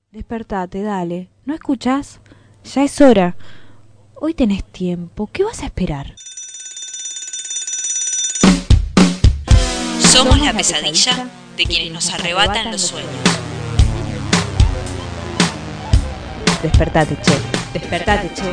Despertate, dale. ¿No escuchás? Ya es hora. Hoy tenés tiempo. ¿Qué vas a esperar? Somos la pesadilla de quienes nos arrebatan los sueños. Despertate, che. Despertate, che.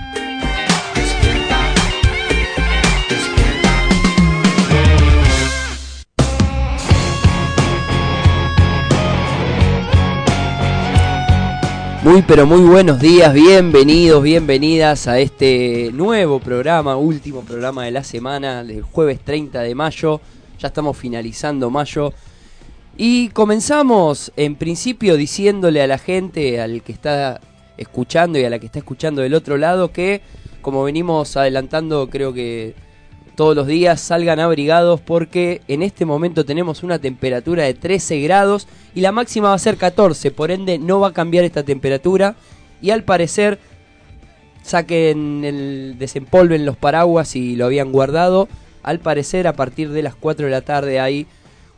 Muy pero muy buenos días, bienvenidos, bienvenidas a este nuevo programa, último programa de la semana, del jueves 30 de mayo, ya estamos finalizando mayo y comenzamos en principio diciéndole a la gente, al que está escuchando y a la que está escuchando del otro lado, que como venimos adelantando creo que todos los días salgan abrigados porque en este momento tenemos una temperatura de 13 grados y la máxima va a ser 14, por ende no va a cambiar esta temperatura y al parecer desempolven los paraguas si lo habían guardado. Al parecer a partir de las 4 de la tarde hay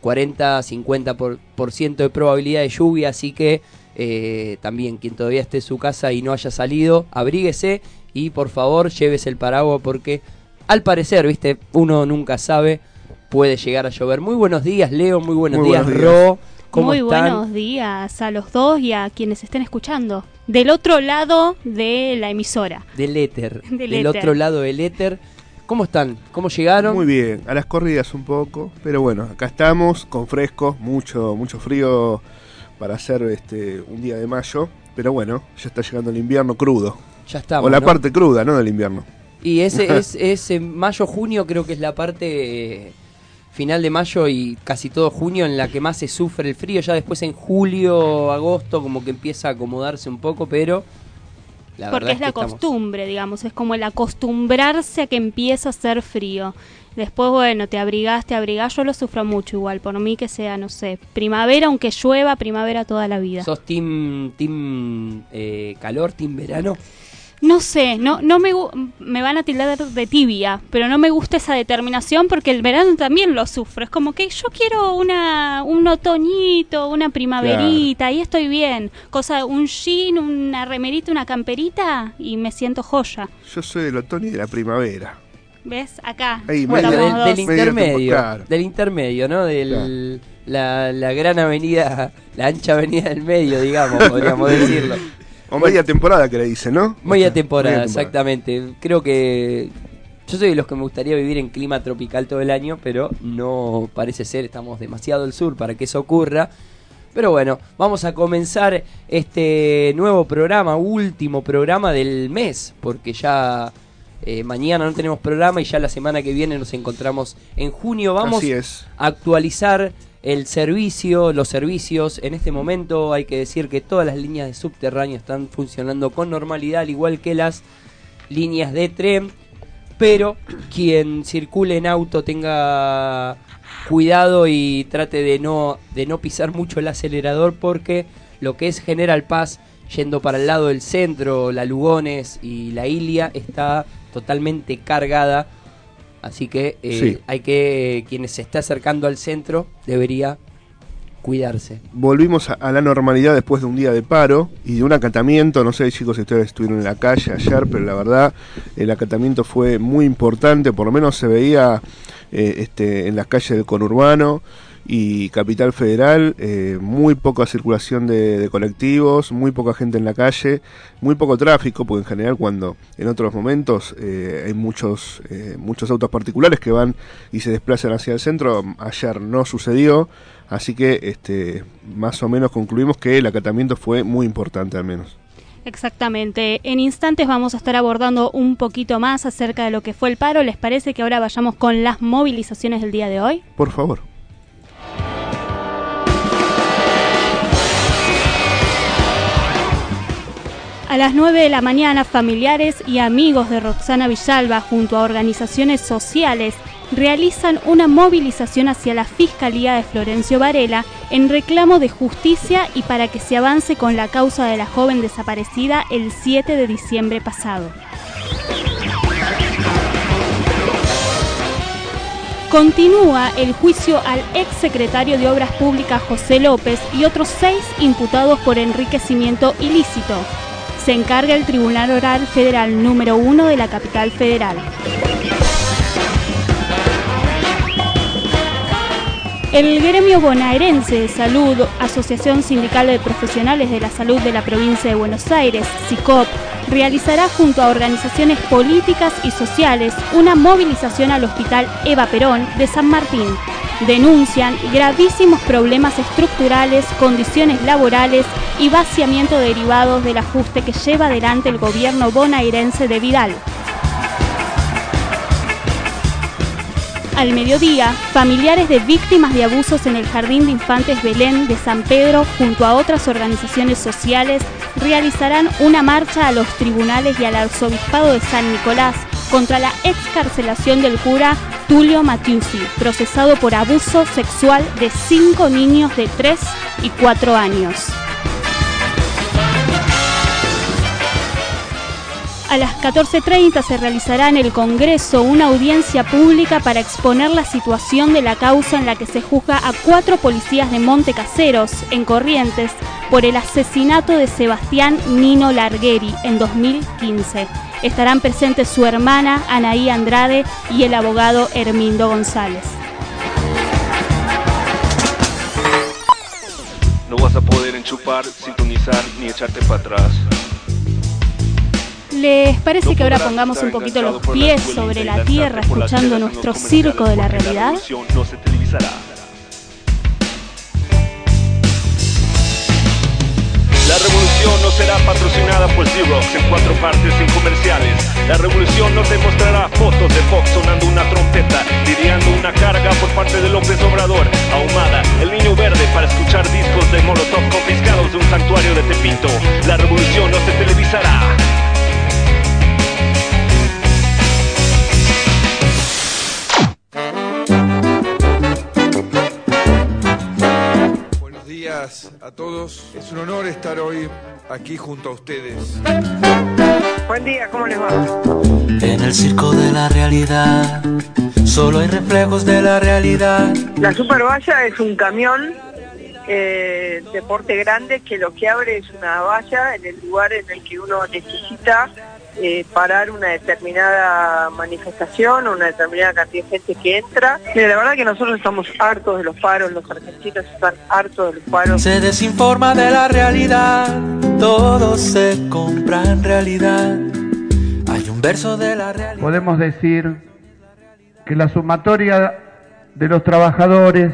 40-50% de probabilidad de lluvia, así que también quien todavía esté en su casa y no haya salido, abríguese y por favor llévese el paraguas porque al parecer, viste, uno nunca sabe, puede llegar a llover. Muy buenos días, Leo, muy buenos días, Ro. ¿Cómo están? Muy buenos días a los dos y a quienes estén escuchando. Del otro lado de la emisora. Del éter. Del otro lado del éter. ¿Cómo están? ¿Cómo llegaron? Muy bien, a las corridas un poco, pero bueno, acá estamos con fresco, mucho frío para hacer un día de mayo, pero bueno, ya está llegando el invierno crudo. Ya estamos, o la ¿no? parte cruda, ¿no? Del invierno. Y ese en mayo-junio creo que es la parte final de mayo y casi todo junio en la que más se sufre el frío. Ya después en julio, agosto como que empieza a acomodarse un poco, pero la porque verdad es la costumbre, digamos, es como el acostumbrarse a que empieza a hacer frío. Después, bueno, te abrigás, yo lo sufro mucho igual, por mí que sea, no sé, primavera, aunque llueva, primavera toda la vida. ¿Sos team calor, team verano? No sé, me van a tildar de tibia, pero no me gusta esa determinación porque el verano también lo sufro. Es como que yo quiero un otoñito, una primaverita, claro. Y estoy bien. Un jean, una remerita, una camperita y me siento joya. Yo soy del otoño y de la primavera. ¿Ves? Acá. Ahí, bueno, del intermedio, claro. Del intermedio, ¿no? Claro. La gran avenida, la ancha avenida del medio, digamos, podríamos decirlo. O media temporada que le dicen, ¿no? Media temporada, exactamente. Creo que yo soy de los que me gustaría vivir en clima tropical todo el año, pero no parece ser, estamos demasiado al sur para que eso ocurra. Pero bueno, vamos a comenzar este nuevo programa, último programa del mes, porque ya mañana no tenemos programa y ya la semana que viene nos encontramos en junio. Vamos a actualizar el servicio, los servicios. En este momento hay que decir que todas las líneas de subterráneo están funcionando con normalidad, al igual que las líneas de tren, pero quien circule en auto tenga cuidado y trate de no pisar mucho el acelerador, porque lo que es General Paz, yendo para el lado del centro, la Lugones y la Ilia, está totalmente cargada. Así que quienes se está acercando al centro debería cuidarse. Volvimos a la normalidad después de un día de paro y de un acatamiento. No sé, chicos, si ustedes estuvieron en la calle ayer, pero la verdad el acatamiento fue muy importante. Por lo menos se veía en las calles del conurbano y Capital Federal, muy poca circulación de colectivos, muy poca gente en la calle, muy poco tráfico, porque en general cuando en otros momentos hay muchos autos particulares que van y se desplazan hacia el centro. Ayer no sucedió, así que más o menos concluimos que el acatamiento fue muy importante al menos. Exactamente. En instantes vamos a estar abordando un poquito más acerca de lo que fue el paro. ¿Les parece que ahora vayamos con las movilizaciones del día de hoy? Por favor. A las 9 de la mañana, familiares y amigos de Roxana Villalba, junto a organizaciones sociales, realizan una movilización hacia la Fiscalía de Florencio Varela en reclamo de justicia y para que se avance con la causa de la joven desaparecida el 7 de diciembre pasado. Continúa el juicio al exsecretario de Obras Públicas José López y otros 6 imputados por enriquecimiento ilícito. Se encarga el Tribunal Oral Federal número 1 de la capital federal. El gremio bonaerense de salud, Asociación Sindical de Profesionales de la Salud de la Provincia de Buenos Aires, SICOP, realizará junto a organizaciones políticas y sociales una movilización al Hospital Eva Perón de San Martín. Denuncian gravísimos problemas estructurales, condiciones laborales y vaciamiento derivados del ajuste que lleva adelante el gobierno bonaerense de Vidal. Al mediodía, familiares de víctimas de abusos en el Jardín de Infantes Belén de San Pedro, junto a otras organizaciones sociales, realizarán una marcha a los tribunales y al arzobispado de San Nicolás contra la excarcelación del cura Tulio Matiusi, procesado por abuso sexual de 5 niños de 3 y 4 años. A las 14:30 se realizará en el Congreso una audiencia pública para exponer la situación de la causa en la que se juzga a 4 policías de Monte Caseros, en Corrientes, por el asesinato de Sebastián Nino Largueri en 2015. Estarán presentes su hermana Anaí Andrade y el abogado Hermindo González. No vas a poder enchufar, sintonizar ni echarte para atrás. ¿Les parece que ahora pongamos un poquito los pies sobre la tierra escuchando nuestro circo de la realidad? No se televisará. La revolución no será patrocinada por Xerox en 4 partes sin comerciales. La revolución no te mostrará fotos de Fox sonando una trompeta, lidiando una carga por parte de López Obrador, ahumada, el niño verde para escuchar discos de Molotov confiscados de un santuario de Tepito. La revolución no se televisará. A todos, es un honor estar hoy aquí junto a ustedes. Buen día, ¿cómo les va? En el circo de la realidad, solo hay reflejos de la realidad. La supervalla es un camión de porte grande que lo que abre es una valla en el lugar en el que uno necesita parar una determinada manifestación o una determinada cantidad de gente que entra. Mira, la verdad que nosotros estamos hartos de los paros, los argentinos están hartos de los paros. Se desinforma de la realidad, todo se compra en realidad. Hay un verso de la realidad. Podemos decir que la sumatoria de los trabajadores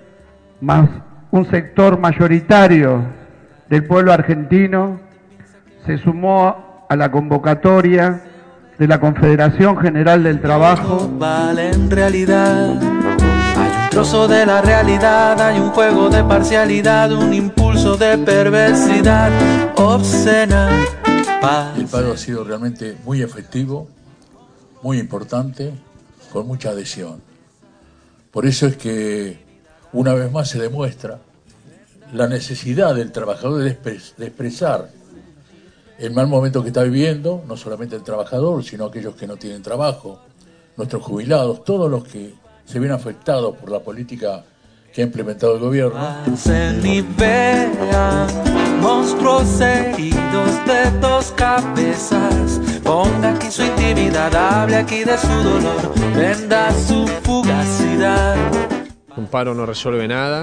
más un sector mayoritario del pueblo argentino se sumó a la convocatoria de la Confederación General del Trabajo. Vale en realidad, hay un trozo de la realidad, hay un juego de parcialidad, un impulso de perversidad obscena. El paro ha sido realmente muy efectivo, muy importante, con mucha adhesión. Por eso es que una vez más se demuestra la necesidad del trabajador de expresar el mal momento que está viviendo, no solamente el trabajador, sino aquellos que no tienen trabajo, nuestros jubilados, todos los que se ven afectados por la política que ha implementado el gobierno. Ni vean monstruos heridos de 2 cabezas. Ponga aquí su intimidad, hable aquí de su dolor, venda su fugacidad. Un paro no resuelve nada.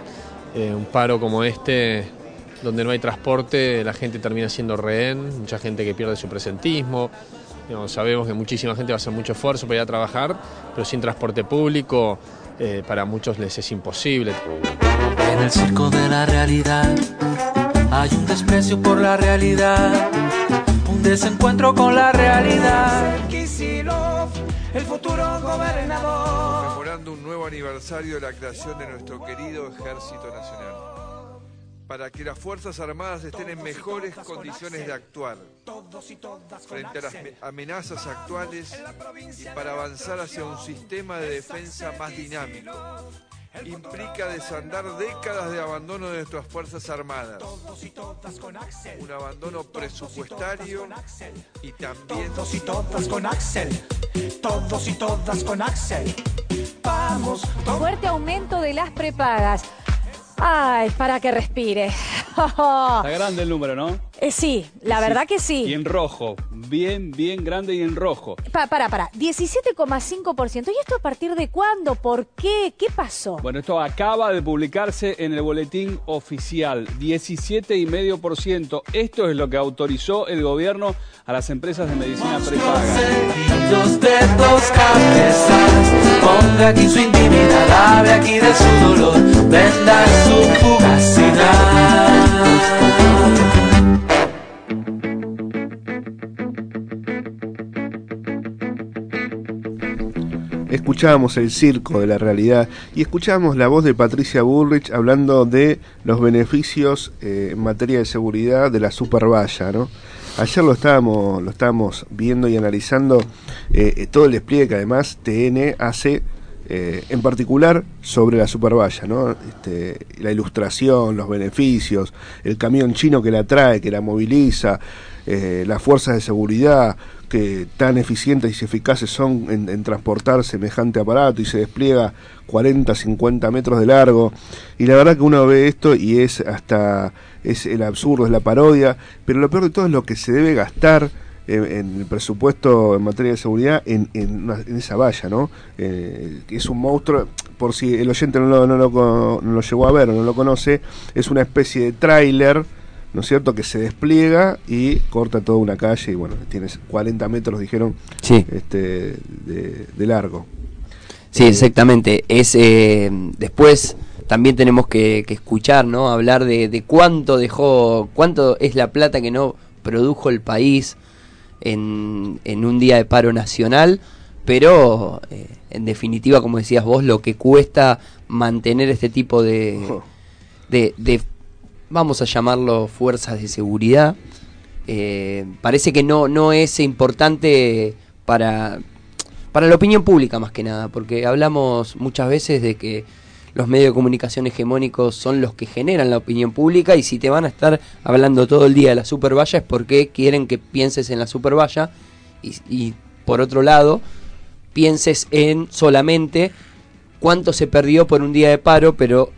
Un paro como este, donde no hay transporte, la gente termina siendo rehén, mucha gente que pierde su presentismo. Sabemos que muchísima gente va a hacer mucho esfuerzo para ir a trabajar, pero sin transporte público para muchos les es imposible. En el circo de la realidad hay un desprecio por la realidad, un desencuentro con la realidad. Kicillof, el futuro gobernador. Conmemorando un nuevo aniversario de la creación de nuestro querido Ejército Nacional, para que las Fuerzas Armadas estén en mejores condiciones de actuar frente a las amenazas actuales y para avanzar hacia un sistema de defensa más dinámico. Implica desandar décadas de abandono de nuestras Fuerzas Armadas, un abandono presupuestario y también... Todos y todas con Axel, todos y todas con Axel. Fuerte aumento de las prepagas. Ay, para que respire. Está grande el número, ¿no? Sí, la verdad que sí. Y en rojo, bien grande y en rojo. Para, 17,5%. ¿Y esto a partir de cuándo? ¿Por qué? ¿Qué pasó? Bueno, esto acaba de publicarse en el boletín oficial, 17,5%. Esto es lo que autorizó el gobierno a las empresas de medicina prepaga. De dos cabezas, ponga aquí su intimidad, hable aquí de su dolor, venda su fugacidad. Escuchábamos el circo de la realidad y escuchábamos la voz de Patricia Bullrich hablando de los beneficios en materia de seguridad de la supervalla, ¿no? Ayer lo estábamos viendo y analizando todo el despliegue que además TN hace en particular sobre la supervalla, ¿no? La ilustración, los beneficios, el camión chino que la trae, que la moviliza, las fuerzas de seguridad que tan eficientes y eficaces son en transportar semejante aparato y se despliega 40, 50 metros de largo, y la verdad que uno ve esto y es el absurdo, es la parodia, pero lo peor de todo es lo que se debe gastar en el presupuesto en materia de seguridad en esa valla, ¿no? Que es un monstruo, por si el oyente no lo llegó a ver o no lo conoce, es una especie de tráiler, ¿no es cierto?, que se despliega y corta toda una calle y bueno, tienes 40 metros, dijeron, sí, de largo. Sí, exactamente. Después también tenemos que escuchar, ¿no? Hablar de cuánto es la plata que no produjo el país en un día de paro nacional, pero en definitiva, como decías vos, lo que cuesta mantener este tipo de vamos a llamarlo fuerzas de seguridad, parece que no es importante para la opinión pública más que nada, porque hablamos muchas veces de que los medios de comunicación hegemónicos son los que generan la opinión pública, y si te van a estar hablando todo el día de la supervalla es porque quieren que pienses en la supervalla y por otro lado pienses en solamente cuánto se perdió por un día de paro, pero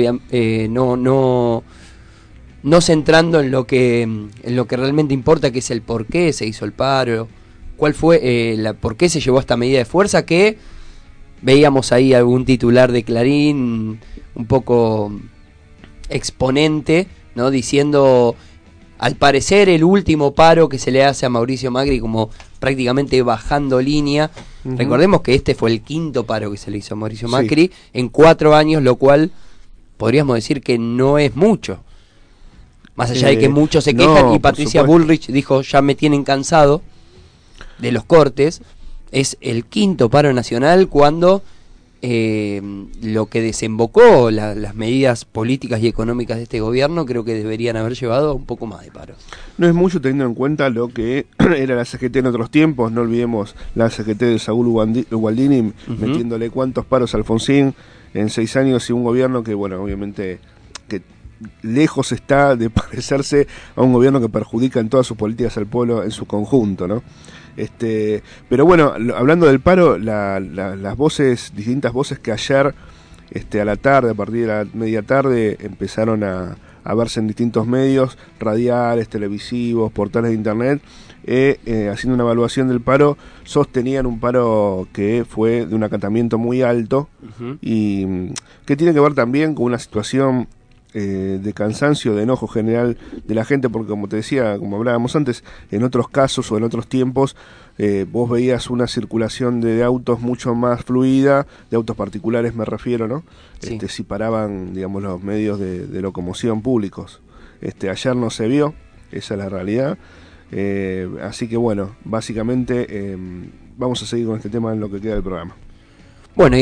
no centrando en lo que realmente importa, que es el por qué se hizo el paro, cuál fue por qué se llevó esta medida de fuerza, que veíamos ahí algún titular de Clarín un poco exponente, ¿no? Diciendo, al parecer, el último paro que se le hace a Mauricio Macri, como prácticamente bajando línea. Uh-huh. Recordemos que este fue el quinto paro que se le hizo a Mauricio Macri en 4 años, lo cual podríamos decir que no es mucho. Más allá de que muchos se quejan, y Patricia Bullrich dijo, ya me tienen cansado de los cortes. Es el quinto paro nacional cuando lo que desembocó las medidas políticas y económicas de este gobierno creo que deberían haber llevado a un poco más de paros. No es mucho teniendo en cuenta lo que era la CGT en otros tiempos. No olvidemos la CGT de Saúl Gualdini, metiéndole cuántos paros a Alfonsín en 6 años, y un gobierno que, bueno, obviamente que lejos está de parecerse a un gobierno que perjudica en todas sus políticas al pueblo en su conjunto, ¿no? Pero bueno, hablando del paro, las distintas voces que ayer a la tarde, a partir de la media tarde, empezaron a verse en distintos medios, radiales, televisivos, portales de internet, haciendo una evaluación del paro, sostenían un paro que fue de un acatamiento muy alto, y que tiene que ver también con una situación de cansancio, de enojo general de la gente, porque como te decía, como hablábamos antes, en otros casos o en otros tiempos vos veías una circulación de autos mucho más fluida, de autos particulares me refiero, ¿no? Sí. Si paraban, digamos, los medios de locomoción públicos. Ayer no se vio, esa es la realidad, así que bueno, básicamente vamos a seguir con este tema en lo que queda del programa. Bueno,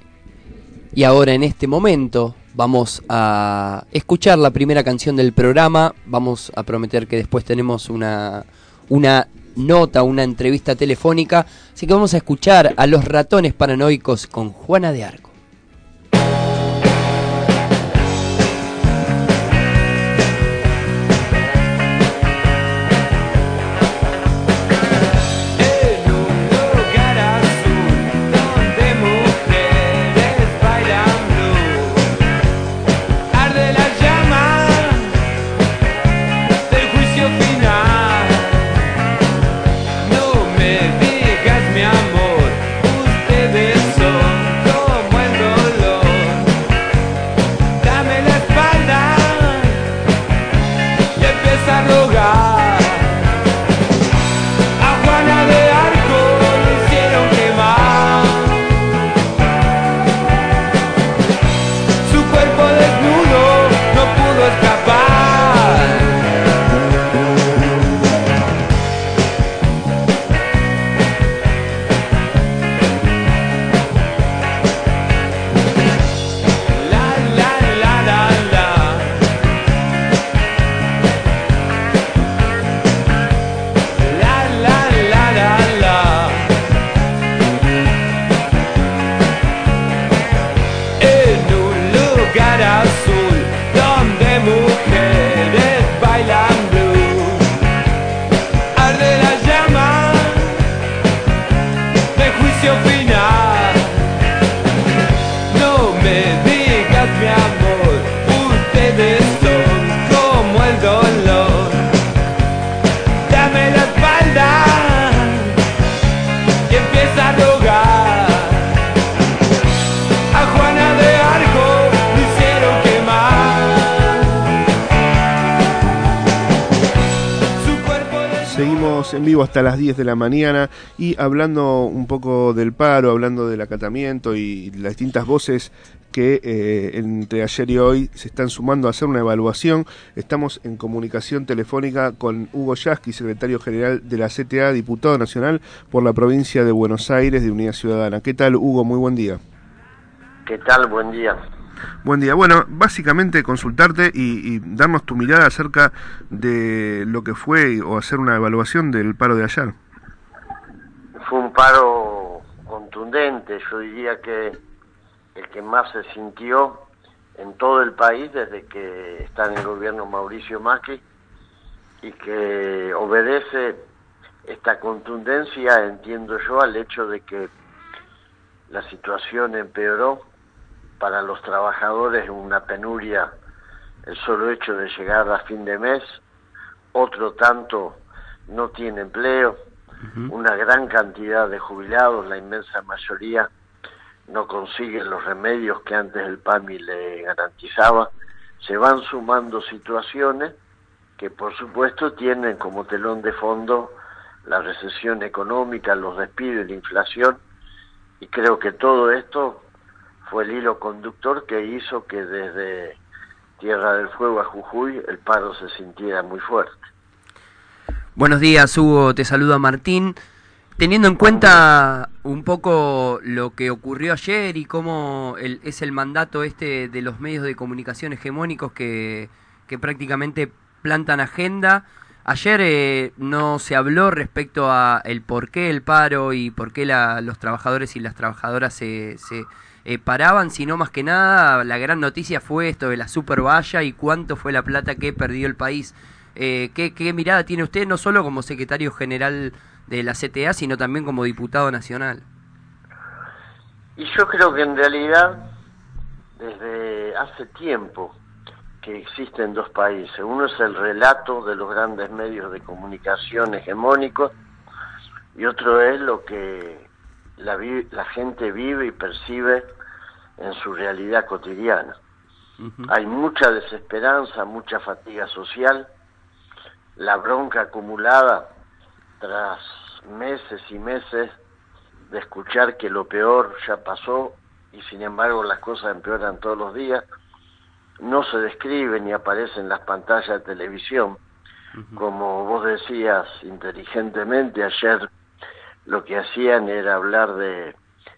y ahora en este momento vamos a escuchar la primera canción del programa. Vamos a prometer que después tenemos una nota, una entrevista telefónica. Así que vamos a escuchar a Los Ratones Paranoicos con Juana de Arco. En un lugar azul donde mujer Seguimos en vivo hasta las 10 de la mañana y hablando un poco del paro, hablando del acatamiento y las distintas voces que entre ayer y hoy se están sumando a hacer una evaluación. Estamos en comunicación telefónica con Hugo Yasky, secretario general de la CTA, diputado nacional por la provincia de Buenos Aires de Unidad Ciudadana. ¿Qué tal, Hugo? Muy buen día. ¿Qué tal? Buen día. Buen día. Bueno, básicamente consultarte y darnos tu mirada acerca de lo que fue o hacer una evaluación del paro de ayer. Fue un paro contundente, yo diría que el que más se sintió en todo el país desde que está en el gobierno Mauricio Macri, y que obedece esta contundencia, entiendo yo, al hecho de que la situación empeoró para los trabajadores, una penuria, el solo hecho de llegar a fin de mes, otro tanto no tiene empleo, una gran cantidad de jubilados, la inmensa mayoría, no consiguen los remedios que antes el PAMI le garantizaba. Se van sumando situaciones que por supuesto tienen como telón de fondo la recesión económica, los despidos y la inflación, y creo que todo esto fue el hilo conductor que hizo que desde Tierra del Fuego a Jujuy el paro se sintiera muy fuerte. Buenos días, Hugo, te saluda Martín. Teniendo en cuenta un poco lo que ocurrió ayer y cómo es el mandato de los medios de comunicación hegemónicos que prácticamente plantan agenda, ayer no se habló respecto a el por qué el paro y por qué los trabajadores y las trabajadoras se paraban, sino más que nada la gran noticia fue esto de la supervalla y cuánto fue la plata que perdió el país. ¿Qué mirada tiene usted, no solo como secretario general de la CTA, sino también como diputado nacional? Y yo creo que en realidad desde hace tiempo que existen dos países. Uno es el relato de los grandes medios de comunicación hegemónicos y otro es lo que la gente vive y percibe en su realidad cotidiana. Hay mucha desesperanza, mucha fatiga social, la bronca acumulada tras meses y meses de escuchar que lo peor ya pasó y sin embargo las cosas empeoran todos los días, no se describe ni aparece en las pantallas de televisión. Como vos decías inteligentemente ayer, lo que hacían era hablar de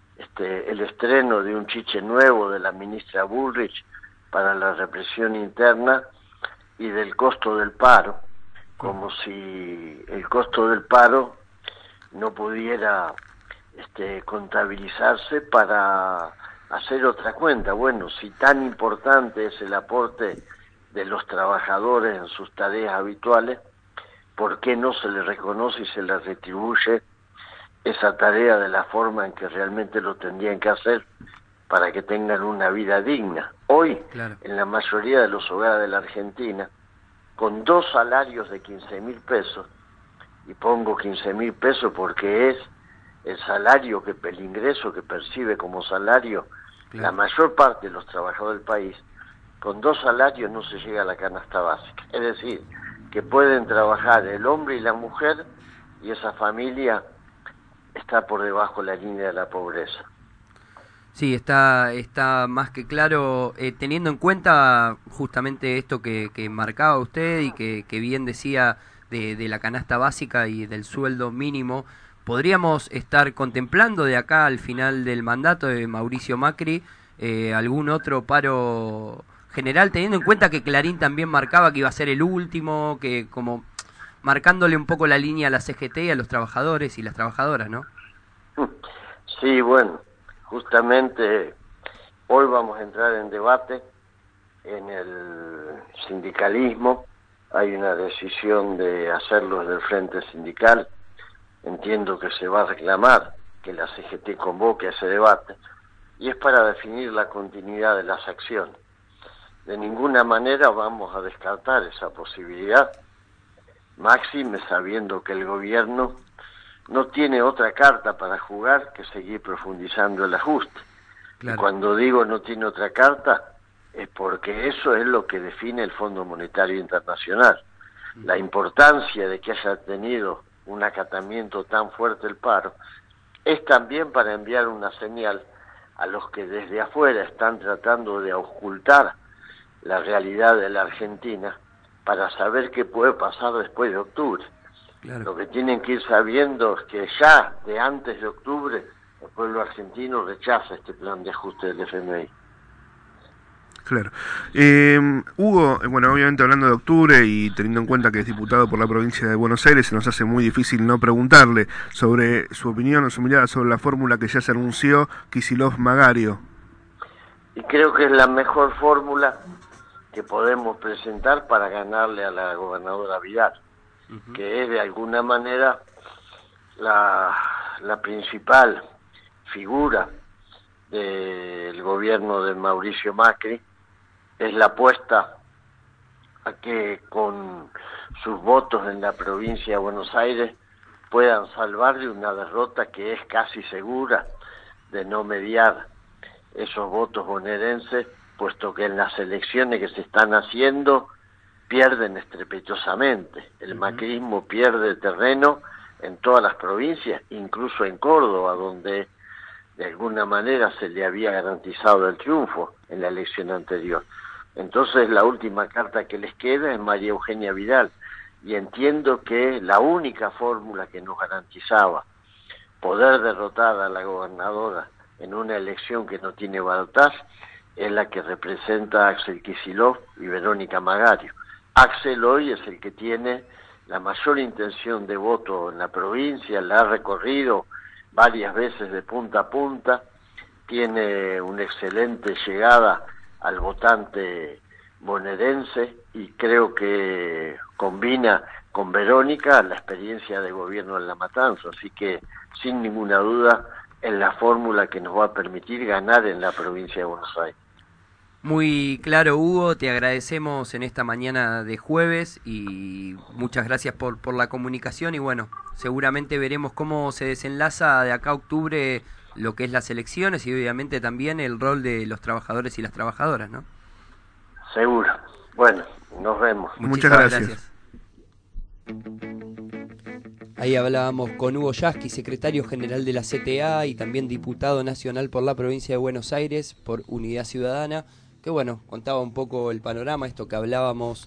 el estreno de un chiche nuevo de la ministra Bullrich para la represión interna y del costo del paro, como si el costo del paro no pudiera contabilizarse para hacer otra cuenta. Bueno, si tan importante es el aporte de los trabajadores en sus tareas habituales, ¿por qué no se les reconoce y se les retribuye esa tarea de la forma en que realmente lo tendrían que hacer para que tengan una vida digna? Hoy, en la mayoría de los hogares de la Argentina, con 2 salarios de 15.000 pesos, y pongo 15.000 pesos porque es el salario, el ingreso que percibe como salario la mayor parte de los trabajadores del país, con 2 salarios no se llega a la canasta básica. Es decir, que pueden trabajar el hombre y la mujer y esa familia está por debajo de la línea de la pobreza. Sí, está más que claro, teniendo en cuenta justamente esto que marcaba usted y que bien decía de la canasta básica y del sueldo mínimo. ¿Podríamos estar contemplando de acá al final del mandato de Mauricio Macri algún otro paro general, teniendo en cuenta que Clarín también marcaba que iba a ser el último, que como marcándole un poco la línea a la CGT y a los trabajadores y las trabajadoras, ¿no? Sí, bueno, justamente hoy vamos a entrar en debate en el sindicalismo. Hay una decisión de hacerlo desde el Frente Sindical. Entiendo que se va a reclamar que la CGT convoque a ese debate, y es para definir la continuidad de las acciones. De ninguna manera vamos a descartar esa posibilidad, máxime sabiendo que el gobierno no tiene otra carta para jugar que seguir profundizando el ajuste. Y cuando digo no tiene otra carta, es porque eso es lo que define el Fondo Monetario Internacional. la importancia de que haya tenido un acatamiento tan fuerte el paro, es también para enviar una señal a los que desde afuera están tratando de ocultar la realidad de la Argentina para saber qué puede pasar después de octubre. Claro. Lo que tienen que ir sabiendo es que ya de antes de octubre el pueblo argentino rechaza este plan de ajuste del FMI. Claro. Hugo, bueno, obviamente hablando de octubre y teniendo en cuenta que es diputado por la provincia de Buenos Aires, se nos hace muy difícil no preguntarle sobre su opinión o su mirada sobre la fórmula que ya se anunció, Kicillof-Magario. Y creo que es la mejor fórmula que podemos presentar para ganarle a la gobernadora Vidal, que es de alguna manera la principal figura del gobierno de Mauricio Macri. Es la apuesta a que con sus votos en la provincia de Buenos Aires puedan salvar de una derrota que es casi segura de no mediar esos votos bonaerenses, puesto que en las elecciones que se están haciendo pierden estrepitosamente. El macrismo pierde terreno en todas las provincias, incluso en Córdoba, donde de alguna manera se le había garantizado el triunfo en la elección anterior. Entonces la última carta que les queda es María Eugenia Vidal, y entiendo que la única fórmula que nos garantizaba poder derrotar a la gobernadora en una elección que no tiene balotaje es la que representa a Axel Kicillof y Verónica Magario. Axel hoy es el que tiene la mayor intención de voto en la provincia, la ha recorrido varias veces de punta a punta, tiene una excelente llegada al votante bonaerense y creo que combina con Verónica la experiencia de gobierno en La Matanza, así que sin ninguna duda es la fórmula que nos va a permitir ganar en la provincia de Buenos Aires. Muy claro, Hugo, te agradecemos en esta mañana de jueves y muchas gracias por la comunicación y bueno, seguramente veremos cómo se desenlaza de acá a octubre lo que es las elecciones y obviamente también el rol de los trabajadores y las trabajadoras, ¿no? Seguro. Bueno, nos vemos. Muchas gracias. Ahí hablábamos con Hugo Yasky, secretario general de la CTA y también diputado nacional por la provincia de Buenos Aires por Unidad Ciudadana, que bueno, contaba un poco el panorama, esto que hablábamos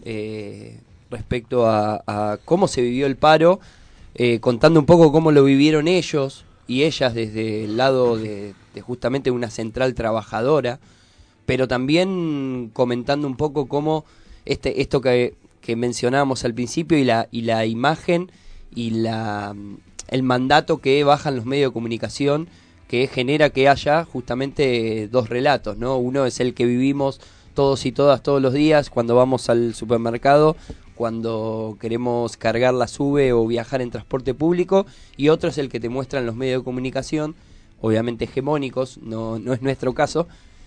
respecto a cómo se vivió el paro, contando un poco cómo lo vivieron ellos y ellas desde el lado de justamente una central trabajadora, pero también comentando un poco cómo esto que mencionábamos al principio y la imagen y el mandato que bajan los medios de comunicación que genera que haya justamente dos relatos, ¿no? Uno es el que vivimos todos y todas todos los días cuando vamos al supermercado, cuando queremos cargar la SUBE o viajar en transporte público, y otro es el que te muestran los medios de comunicación, obviamente hegemónicos, no es nuestro caso,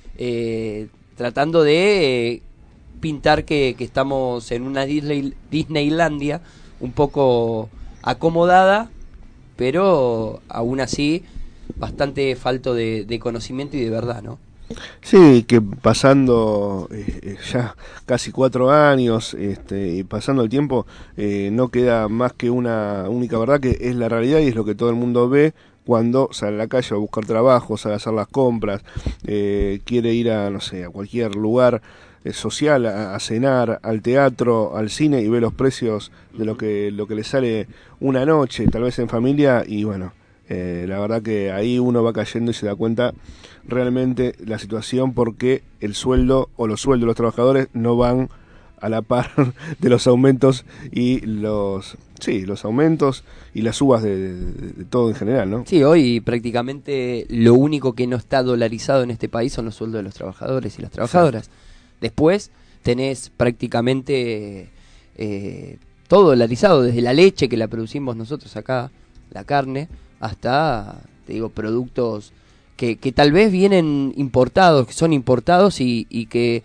tratando de pintar que estamos en una Disneylandia un poco acomodada, pero aún así bastante falto de conocimiento y de verdad, ¿no? Sí, que pasando ya casi 4 años y pasando el tiempo, no queda más que una única verdad, que es la realidad y es lo que todo el mundo ve cuando sale a la calle a buscar trabajo, sale a hacer las compras, quiere ir a, no sé, a cualquier lugar social, a cenar, al teatro, al cine, y ve los precios de lo que le sale una noche, tal vez en familia, y bueno, la verdad que ahí uno va cayendo y se da cuenta realmente la situación, porque el sueldo o los sueldos de los trabajadores no van a la par de los aumentos y los aumentos y las subas de todo en general, ¿no? Sí, hoy prácticamente lo único que no está dolarizado en este país son los sueldos de los trabajadores y las trabajadoras. Sí. Después tenés prácticamente todo dolarizado, desde la leche que la producimos nosotros acá, la carne, hasta, te digo, productos que tal vez vienen importados, que son importados y que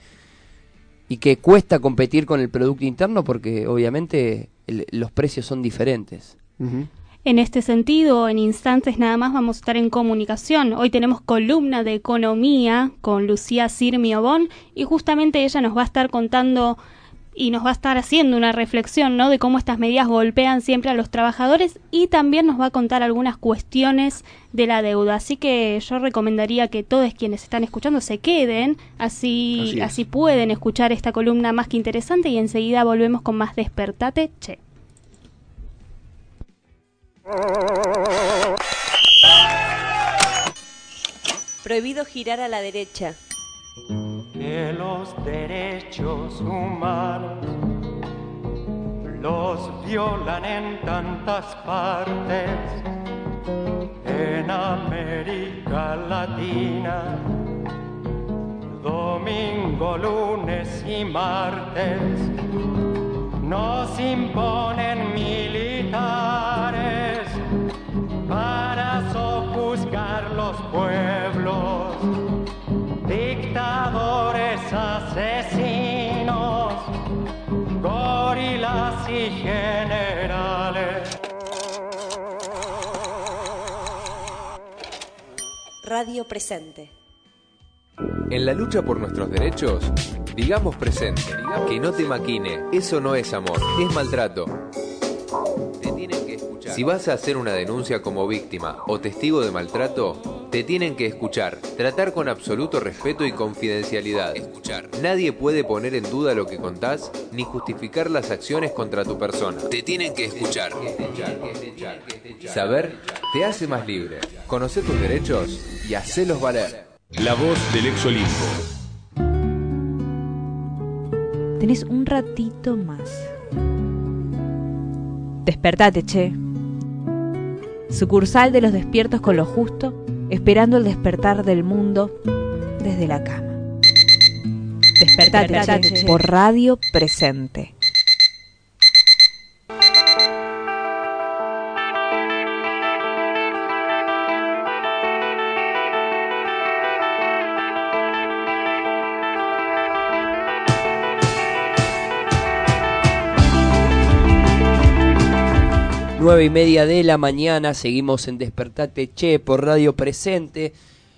cuesta competir con el producto interno porque obviamente los precios son diferentes. Uh-huh. En este sentido, en instantes nada más vamos a estar en comunicación. Hoy tenemos columna de economía con Lucía Sirmiobón y justamente ella nos va a estar contando y nos va a estar haciendo una reflexión, ¿no?, de cómo estas medidas golpean siempre a los trabajadores, y también nos va a contar algunas cuestiones de la deuda. Así que yo recomendaría que todos quienes están escuchando se queden, así pueden escuchar esta columna más que interesante, y enseguida volvemos con más Despertate Che. Prohibido girar a la derecha. Que los derechos humanos los violan en tantas partes, en América Latina, domingo, lunes y martes, nos imponen militares para sojuzgar los pueblos, dictadores, asesinos, gorilas y generales. Radio Presente. En la lucha por nuestros derechos, digamos presente, que no te maquine, eso no es amor, es maltrato. Te tienen que escuchar. Si vas a hacer una denuncia como víctima o testigo de maltrato, te tienen que escuchar, tratar con absoluto respeto y confidencialidad. Escuchar. Nadie puede poner en duda lo que contás, ni justificar las acciones contra tu persona. Te tienen que escuchar. Saber te hace más libre. Conocer tus derechos y hacelos valer. La voz del ex Olimpo. Tenés un ratito más. Despertate, che. Sucursal de los despiertos con lo justo, esperando el despertar del mundo desde la cama. Despertate, che, por Radio Presente. Nueve y media de la mañana, seguimos en Despertate Che por Radio Presente.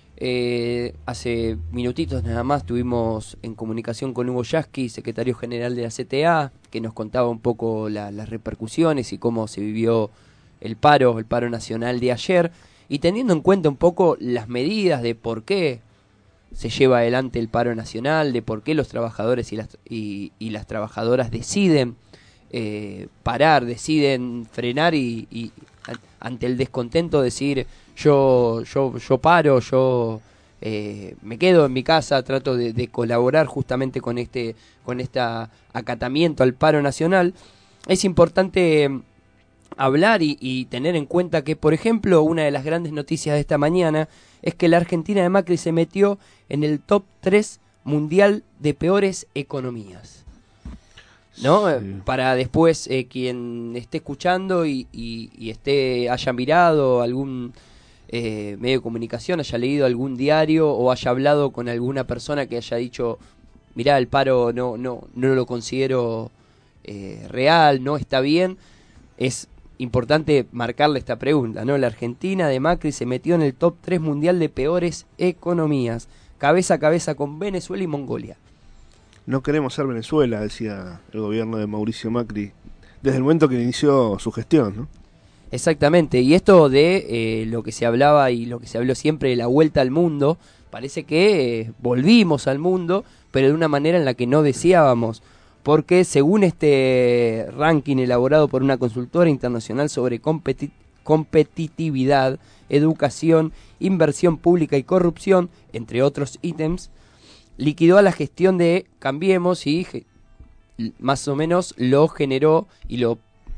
Hace minutitos nada más estuvimos en comunicación con Hugo Yasky, secretario general de la CTA, que nos contaba un poco las repercusiones y cómo se vivió el paro nacional de ayer, y teniendo en cuenta un poco las medidas de por qué se lleva adelante el paro nacional, de por qué los trabajadores y las trabajadoras deciden parar, deciden frenar y ante el descontento decir yo paro, yo me quedo en mi casa, trato de colaborar justamente con este acatamiento al paro nacional. Es importante hablar y tener en cuenta que, por ejemplo, una de las grandes noticias de esta mañana es que la Argentina de Macri se metió en el top 3 mundial de peores economías, ¿no? Sí. Para después quien esté escuchando y haya mirado algún medio de comunicación, haya leído algún diario o haya hablado con alguna persona que haya dicho, mirá, el paro no lo considero real, no está bien, es importante marcarle esta pregunta, ¿no? La Argentina de Macri se metió en el top 3 mundial de peores economías, cabeza a cabeza con Venezuela y Mongolia. No queremos ser Venezuela, decía el gobierno de Mauricio Macri, desde el momento que inició su gestión, ¿no? Exactamente, y esto de lo que se hablaba y lo que se habló siempre de la vuelta al mundo, parece que volvimos al mundo, pero de una manera en la que no deseábamos, porque según este ranking elaborado por una consultora internacional sobre competitividad, educación, inversión pública y corrupción, entre otros ítems, liquidó a la gestión de Cambiemos y más o menos lo generó y lo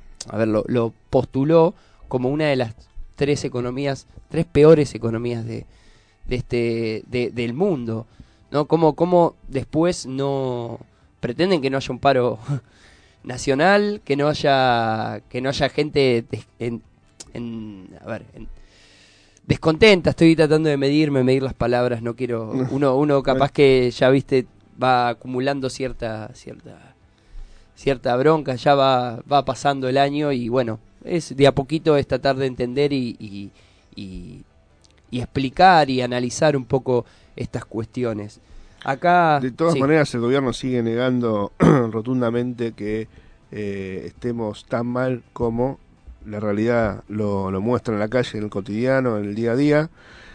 postuló como una de las tres peores economías del mundo, ¿no? Como después no pretenden que no haya un paro nacional, que no haya gente descontenta. Estoy tratando de medir las palabras, no quiero, uno capaz que ya viste va acumulando cierta bronca, ya va pasando el año y bueno, es de a poquito es tratar de entender y explicar y analizar un poco estas cuestiones. Acá, de todas sí. maneras, el gobierno sigue negando rotundamente que estemos tan mal como la realidad lo muestra en la calle, en el cotidiano, en el día a día.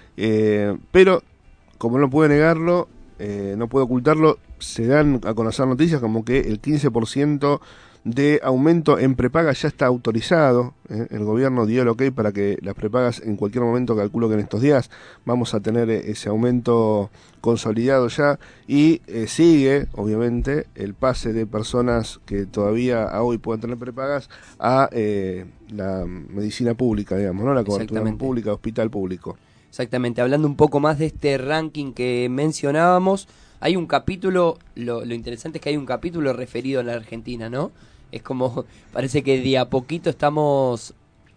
Pero, como no puede negarlo, no puede ocultarlo, se dan a conocer noticias como que el 15% de aumento en prepagas ya está autorizado. El gobierno dio el ok para que las prepagas en cualquier momento, calculo que en estos días vamos a tener ese aumento consolidado ya, y sigue obviamente el pase de personas que todavía a hoy pueden tener prepagas a la medicina pública, digamos, ¿no? La cobertura pública, hospital público. Exactamente, hablando un poco más de este ranking que mencionábamos, hay un capítulo, lo interesante es que hay un capítulo referido a la Argentina, ¿no? Es como, parece que de a poquito estamos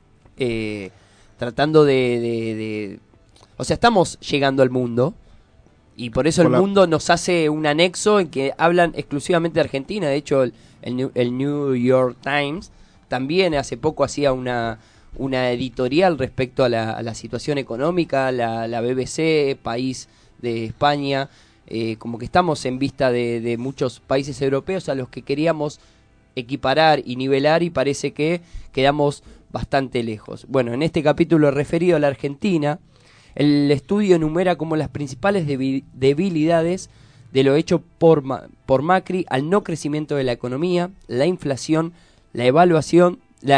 tratando o sea, estamos llegando al mundo, y por eso el mundo nos hace un anexo en que hablan exclusivamente de Argentina. De hecho, el New York Times también hace poco hacía una editorial respecto a la situación económica, la BBC, País de España, como que estamos en vista de muchos países europeos a los que queríamos equiparar y nivelar, y parece que quedamos bastante lejos. Bueno, en este capítulo referido a la Argentina, el estudio enumera como las principales debilidades de lo hecho por Macri al no crecimiento de la economía, la inflación, la evolución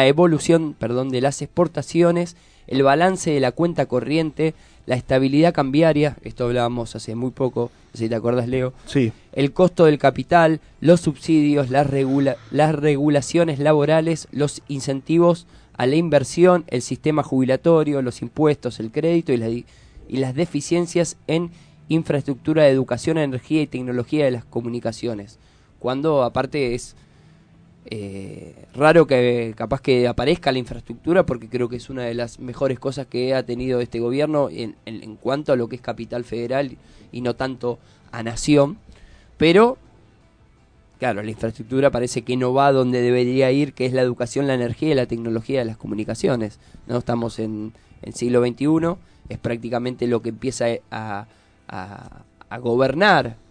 de las exportaciones, el balance de la cuenta corriente, la estabilidad cambiaria, esto hablábamos hace muy poco, si te acuerdas, Leo, sí. El costo del capital, los subsidios, las regulaciones laborales, los incentivos a la inversión, el sistema jubilatorio, los impuestos, el crédito y las deficiencias en infraestructura de educación, energía y tecnología de las comunicaciones. Cuando aparte es raro que capaz que aparezca la infraestructura, porque creo que es una de las mejores cosas que ha tenido este gobierno en cuanto a lo que es capital federal y no tanto a nación, pero claro, la infraestructura parece que no va donde debería ir, que es la educación, la energía y la tecnología de las comunicaciones, ¿no? Estamos en el siglo XXI, es prácticamente lo que empieza a gobernar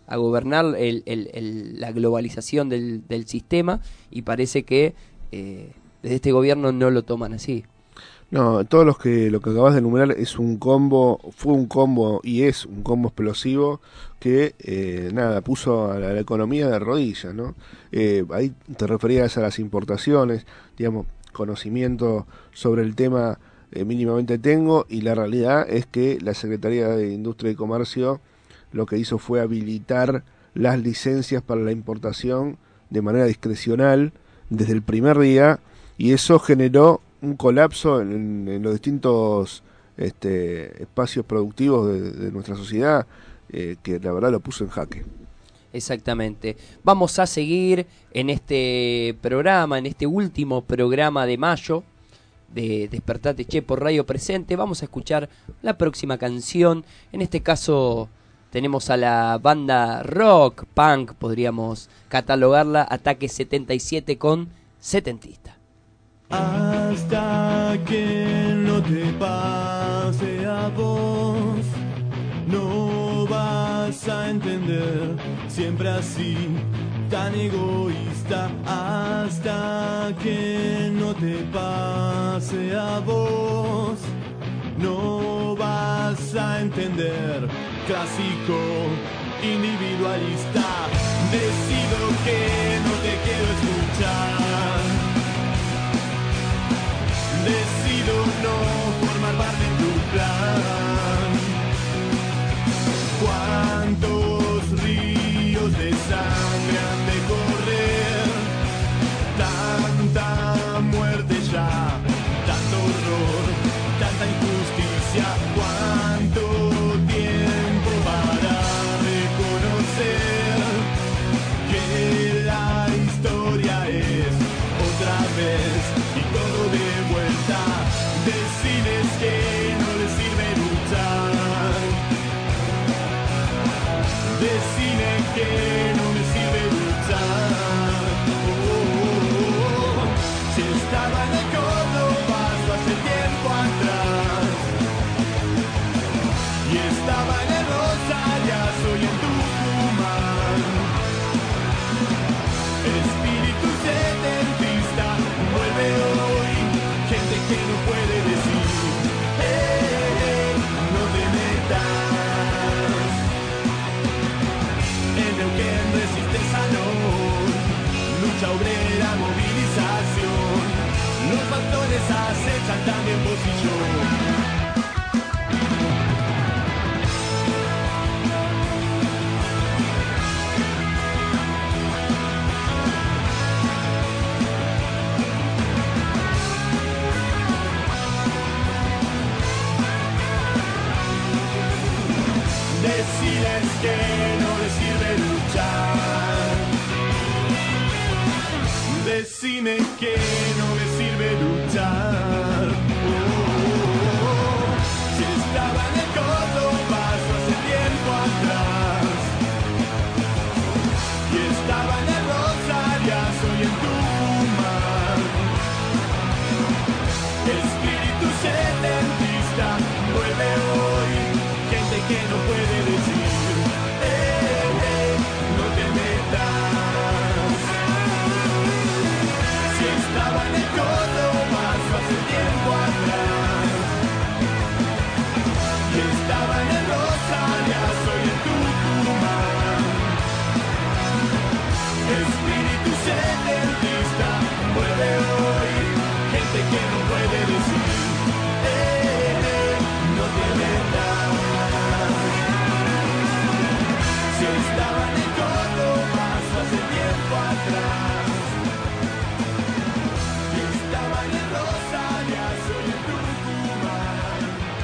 la globalización del sistema, y parece que desde este gobierno no lo toman así. No, todos lo que acabas de enumerar es un combo, fue un combo y es un combo explosivo que puso a la economía de rodillas, ¿no? Ahí te referías a las importaciones, digamos, conocimiento sobre el tema mínimamente tengo, y la realidad es que la Secretaría de Industria y Comercio lo que hizo fue habilitar las licencias para la importación de manera discrecional desde el primer día, y eso generó un colapso en los distintos espacios productivos de nuestra sociedad, que la verdad lo puso en jaque. Exactamente. Vamos a seguir en este programa, en este último programa de mayo de Despertate Che por Radio Presente. Vamos a escuchar la próxima canción. En este caso tenemos a la banda rock, punk, podríamos catalogarla, Ataque 77 con Setentista. Hasta que no te pase a vos, no vas a entender, siempre así, tan egoísta. Hasta que no te pase a vos, no vas a entender, clásico, individualista. Decido que no te quiero escuchar, decido no formar parte de tu plan. ¿Cuántos ríos de sangre han de correr? Tanta muerte ya, tanto horror, tanta injusticia. ¿Cuánto tiempo para reconocer que la historia es piensan también vos y yo. Deciles que no les sirve luchar. Decime que no me sirve luchar. Si estaba en el Córdoba hace tiempo atrás, y estaba en el Rosariazo y en Tucumán. Espíritu setentista vuelve hoy. Gente que no puede decir, no te metas. Si estaba en el Córdoba hace tiempo atrás, y estaba en el Rosariazo y en Tucumán. Espíritu setentista vuelve hoy. Gente que no puede decir, no te metas. Si estaba en el Córdoba hace tiempo atrás, y estaba en el Rosariazo y en Tucumán.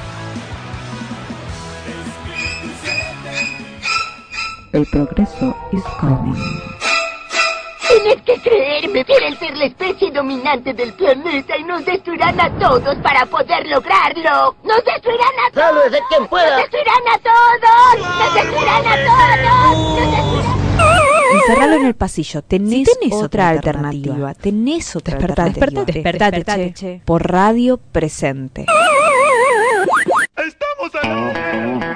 Espíritu setentista. El progreso is coming. Tienes que creerme, quieren ser la especie dominante del planeta y nos destruirán a todos para poder lograrlo. ¡Nos destruirán a todos! ¡Sálvese quien pueda! ¡Nos destruirán a todos! ¡Nos destruirán a todos! Encerralo en el pasillo. Tenés otra alternativa. Tenés otra alternativa. Despertate, che. Por Radio Presente. ¡Estamos a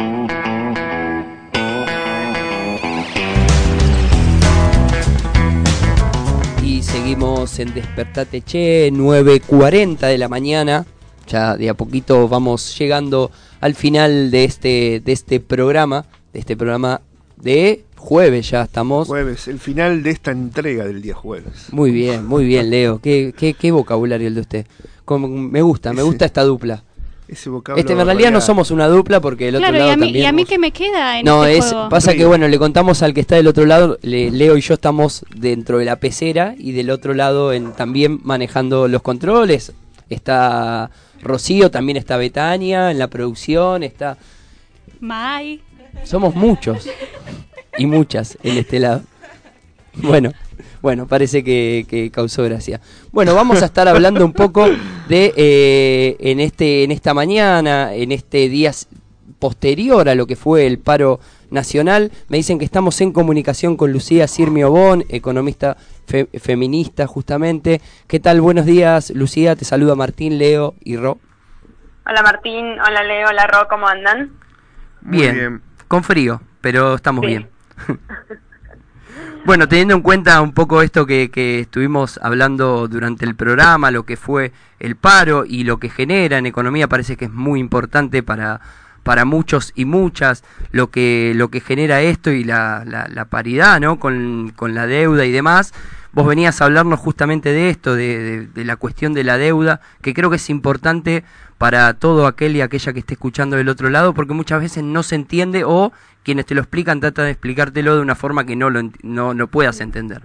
Y seguimos en Despertate Che, 9:40 de la mañana. Ya de a poquito vamos llegando al final de este programa. De jueves ya estamos. Jueves, el final de esta entrega del día jueves. Muy bien, Leo. Qué vocabulario el de usted. Me gusta esta dupla. Ese vocabulario. En realidad no somos una dupla porque el otro lado también. ¿Y a mí qué me queda en este juego? Pasa que bueno, le contamos al que está del otro lado, Leo y yo estamos dentro de la pecera y del otro lado también manejando los controles. Está Rocío, también está Betania en la producción, está Mai. Somos muchos y muchas en este lado. Bueno, parece que causó gracia. Bueno, vamos a estar hablando un poco de en esta mañana, en este día posterior a lo que fue el paro nacional. Me dicen que estamos en comunicación con Lucía Sirmio Bon, economista feminista justamente. ¿Qué tal? Buenos días, Lucía. Te saluda Martín, Leo y Ro. Hola Martín, hola Leo, hola Ro, ¿cómo andan? Bien, con frío, pero estamos bien. Bueno, teniendo en cuenta un poco esto que estuvimos hablando durante el programa, lo que fue el paro y lo que genera en economía, parece que es muy importante para muchos y muchas lo que genera esto y la paridad, ¿no? Con la deuda y demás. Vos venías a hablarnos justamente de esto, de la cuestión de la deuda, que creo que es importante para todo aquel y aquella que esté escuchando del otro lado, porque muchas veces no se entiende o quienes te lo explican tratan de explicártelo de una forma que no puedas entender.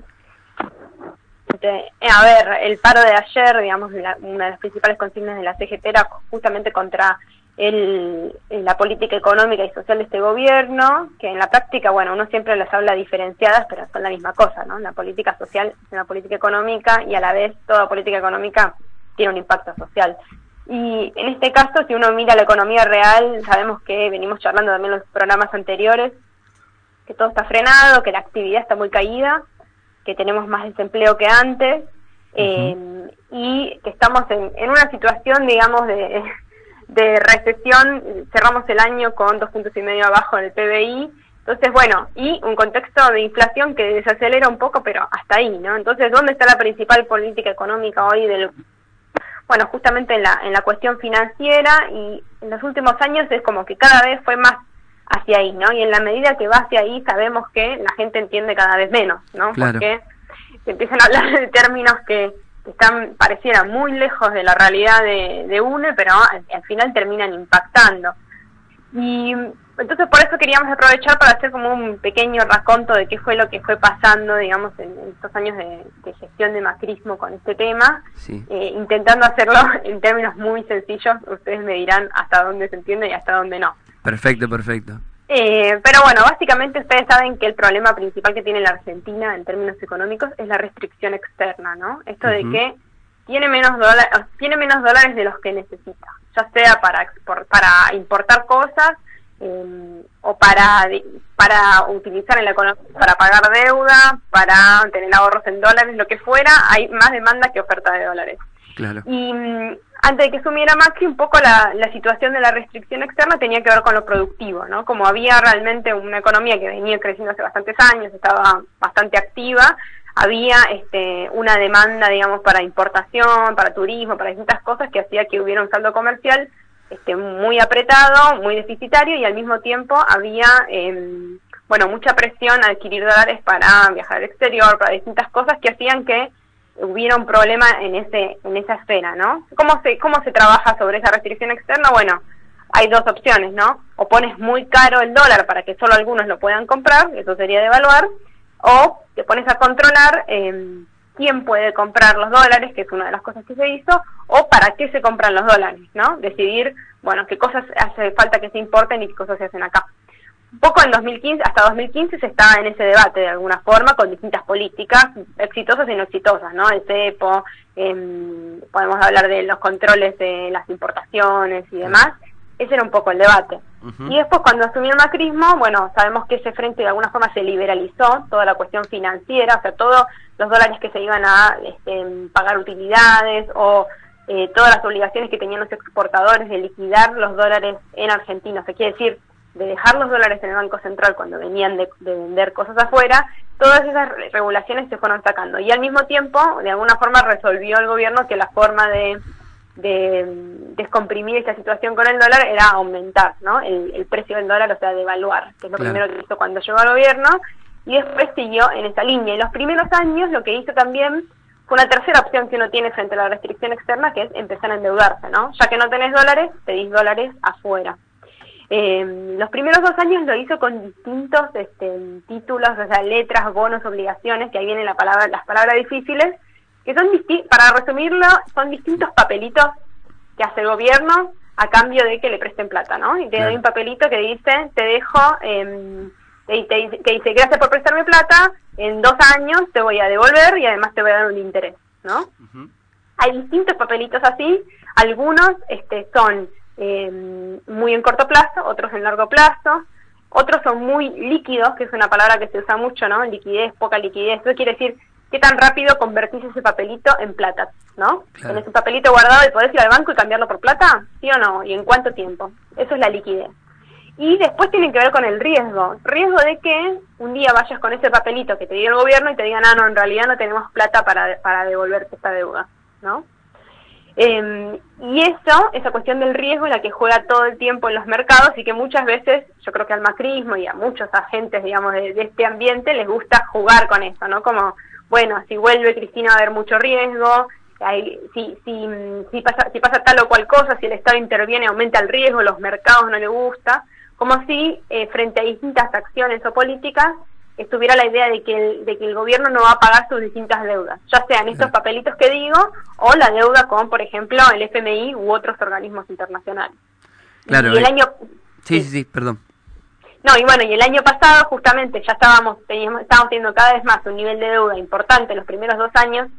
A ver, el paro de ayer, digamos, una de las principales consignas de la CGT era justamente contra la política económica y social de este gobierno, que en la práctica, bueno, uno siempre las habla diferenciadas, pero son la misma cosa, ¿no? La política social es una política económica y a la vez toda política económica tiene un impacto social. Y en este caso, si uno mira la economía real, sabemos que venimos charlando también en los programas anteriores, que todo está frenado, que la actividad está muy caída, que tenemos más desempleo que antes, y que estamos en una situación, digamos, de recesión. Cerramos el año con 2,5 puntos abajo en el PBI. Entonces, bueno, y un contexto de inflación que desacelera un poco, pero hasta ahí, ¿no? Entonces, ¿dónde está la principal política económica hoy bueno, justamente en la cuestión financiera? Y en los últimos años es como que cada vez fue más hacia ahí, ¿no? Y en la medida que va hacia ahí sabemos que la gente entiende cada vez menos, ¿no? Claro. Porque se empiezan a hablar de términos que están, parecieran muy lejos de la realidad de UNE, pero al final terminan impactando. Y entonces por eso queríamos aprovechar para hacer como un pequeño raconto de qué fue lo que fue pasando, digamos, en estos años de gestión de macrismo con este tema, Sí. Intentando hacerlo en términos muy sencillos. Ustedes me dirán hasta dónde se entiende y hasta dónde no. Perfecto. Pero bueno, básicamente ustedes saben que el problema principal que tiene la Argentina en términos económicos es la restricción externa, ¿no? Esto de que tiene menos dólares de los que necesita, ya sea para importar cosas o para utilizar en la economía, para pagar deuda, para tener ahorros en dólares, lo que fuera. Hay más demanda que oferta de dólares. Claro. Y antes de que asumiera Macri, un poco la situación de la restricción externa tenía que ver con lo productivo, ¿no? Como había realmente una economía que venía creciendo hace bastantes años, estaba bastante activa, había una demanda, digamos, para importación, para turismo, para distintas cosas que hacía que hubiera un saldo comercial muy apretado, muy deficitario, y al mismo tiempo había mucha presión a adquirir dólares para viajar al exterior, para distintas cosas que hacían que hubiera un problema en esa esfera, ¿no? ¿Cómo se trabaja sobre esa restricción externa? Bueno, hay dos opciones, ¿no? O pones muy caro el dólar para que solo algunos lo puedan comprar, eso sería devaluar, o te pones a controlar quién puede comprar los dólares, que es una de las cosas que se hizo, o para qué se compran los dólares, ¿no? Decidir, bueno, qué cosas hace falta que se importen y qué cosas se hacen acá. Un poco hasta 2015 se estaba en ese debate de alguna forma, con distintas políticas, exitosas y no exitosas, ¿no? El cepo, podemos hablar de los controles de las importaciones y demás. Ese era un poco el debate. Y después, cuando asumió el macrismo, bueno, sabemos que ese frente de alguna forma se liberalizó, toda la cuestión financiera, o sea, todos los dólares que se iban a pagar utilidades, o todas las obligaciones que tenían los exportadores de liquidar los dólares en Argentina. O sea, quiere decir, de dejar los dólares en el Banco Central cuando venían de vender cosas afuera, todas esas regulaciones se fueron sacando. Y al mismo tiempo, de alguna forma, resolvió el gobierno que la forma de descomprimir esta situación con el dólar era aumentar, ¿no? El precio del dólar, o sea, devaluar, que es lo primero que hizo cuando llegó al gobierno, y después siguió en esa línea. Y los primeros años lo que hizo también fue una tercera opción que uno tiene frente a la restricción externa, que es empezar a endeudarse, ¿no? Ya que no tenés dólares, pedís dólares afuera. Los primeros 2 años lo hizo con distintos títulos, o sea, letras, bonos, obligaciones, que ahí vienen las palabras difíciles, que son para resumirlo, son distintos papelitos que hace el gobierno a cambio de que le presten plata, ¿no? Y te doy un papelito que dice, te dejo, que dice, gracias por prestarme plata, en 2 años te voy a devolver y además te voy a dar un interés, ¿no? Hay distintos papelitos así, algunos son muy en corto plazo, otros en largo plazo, otros son muy líquidos, que es una palabra que se usa mucho, ¿no? Liquidez, poca liquidez. Eso quiere decir qué tan rápido convertís ese papelito en plata, ¿no? Claro. Tenés un papelito guardado y podés ir al banco y cambiarlo por plata, ¿sí o no? ¿Y en cuánto tiempo? Eso es la liquidez. Y después tienen que ver con el riesgo de que un día vayas con ese papelito que te dio el gobierno y te digan, no, en realidad no tenemos plata para devolverte esta deuda, ¿no? Y esa cuestión del riesgo es la que juega todo el tiempo en los mercados, y que muchas veces, yo creo que al macrismo y a muchos agentes, digamos, de este ambiente les gusta jugar con eso, ¿no? Como, bueno, si vuelve Cristina va a haber mucho riesgo, si pasa tal o cual cosa, si el Estado interviene aumenta el riesgo, los mercados no les gusta, como si frente a distintas acciones o políticas estuviera la idea de que el gobierno no va a pagar sus distintas deudas, ya sean estos papelitos que digo, o la deuda con, por ejemplo, el FMI u otros organismos internacionales. Claro. Y el año... Sí, perdón. No, y bueno, y el año pasado justamente ya estábamos teniendo cada vez más un nivel de deuda importante. Los primeros 2 años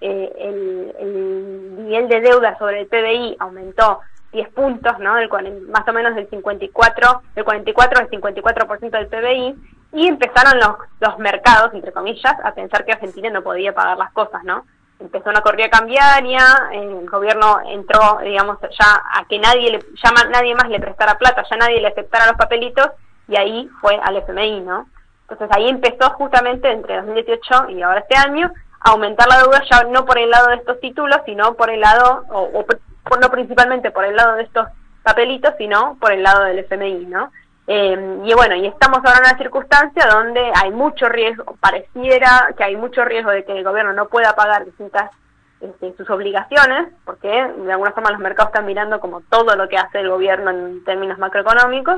el nivel de deuda sobre el PBI aumentó 10 puntos, ¿no? Más o menos del 44 al 54% del PBI, y empezaron los mercados, entre comillas, a pensar que Argentina no podía pagar las cosas, ¿no? Empezó una corrida cambiaria, el gobierno entró, digamos, ya a que nadie más le prestara plata, ya nadie le aceptara los papelitos, y ahí fue al FMI, ¿no? Entonces ahí empezó justamente entre 2018 y ahora este año a aumentar la deuda, ya no por el lado de estos títulos, sino por el lado, no principalmente por el lado de estos papelitos, sino por el lado del FMI, ¿no? Y bueno, y estamos ahora en una circunstancia donde hay mucho riesgo, pareciera que hay mucho riesgo de que el gobierno no pueda pagar distintas sus obligaciones, porque de alguna forma los mercados están mirando como todo lo que hace el gobierno en términos macroeconómicos.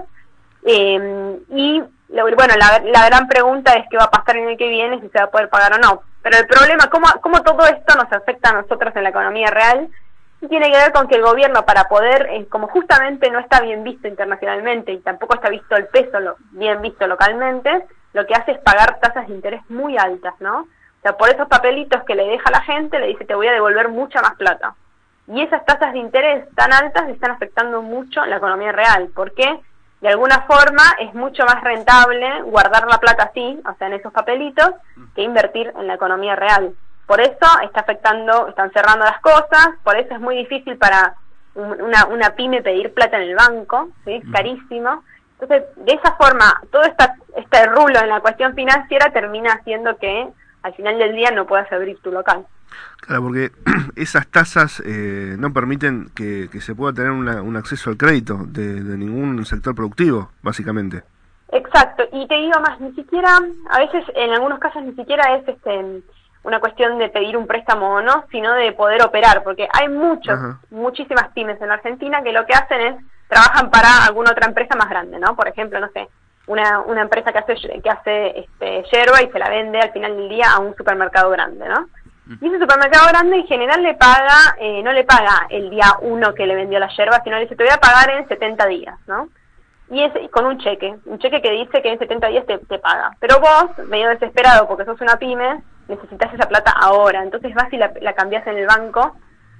Y bueno, la gran pregunta es qué va a pasar en el que viene, si se va a poder pagar o no. Pero el problema, cómo todo esto nos afecta a nosotros en la economía real, tiene que ver con que el gobierno, para poder, como justamente no está bien visto internacionalmente y tampoco está visto el peso bien visto localmente, lo que hace es pagar tasas de interés muy altas, ¿no? O sea, por esos papelitos que le deja la gente, le dice te voy a devolver mucha más plata. Y esas tasas de interés tan altas están afectando mucho la economía real. ¿Por qué? De alguna forma es mucho más rentable guardar la plata así, o sea, en esos papelitos, que invertir en la economía real. Por eso están cerrando las cosas, por eso es muy difícil para una pyme pedir plata en el banco, ¿sí? Es carísimo. Entonces, de esa forma, todo este rulo en la cuestión financiera termina haciendo que al final del día no puedas abrir tu local. Claro, porque esas tasas no permiten que se pueda tener un acceso al crédito de ningún sector productivo, básicamente. Exacto, y te digo más, ni siquiera, a veces en algunos casos ni siquiera es una cuestión de pedir un préstamo o no, sino de poder operar, porque hay muchísimas pymes en Argentina que lo que hacen es, trabajan para alguna otra empresa más grande, ¿no? Por ejemplo, no sé, una empresa que hace yerba y se la vende al final del día a un supermercado grande, ¿no? Y ese supermercado grande en general no le paga el día 1 que le vendió la yerba, sino le dice te voy a pagar en 70 días, ¿no? Y con un cheque que dice que en 70 días te paga. Pero vos, medio desesperado porque sos una pyme, necesitas esa plata ahora. Entonces vas y la cambiás en el banco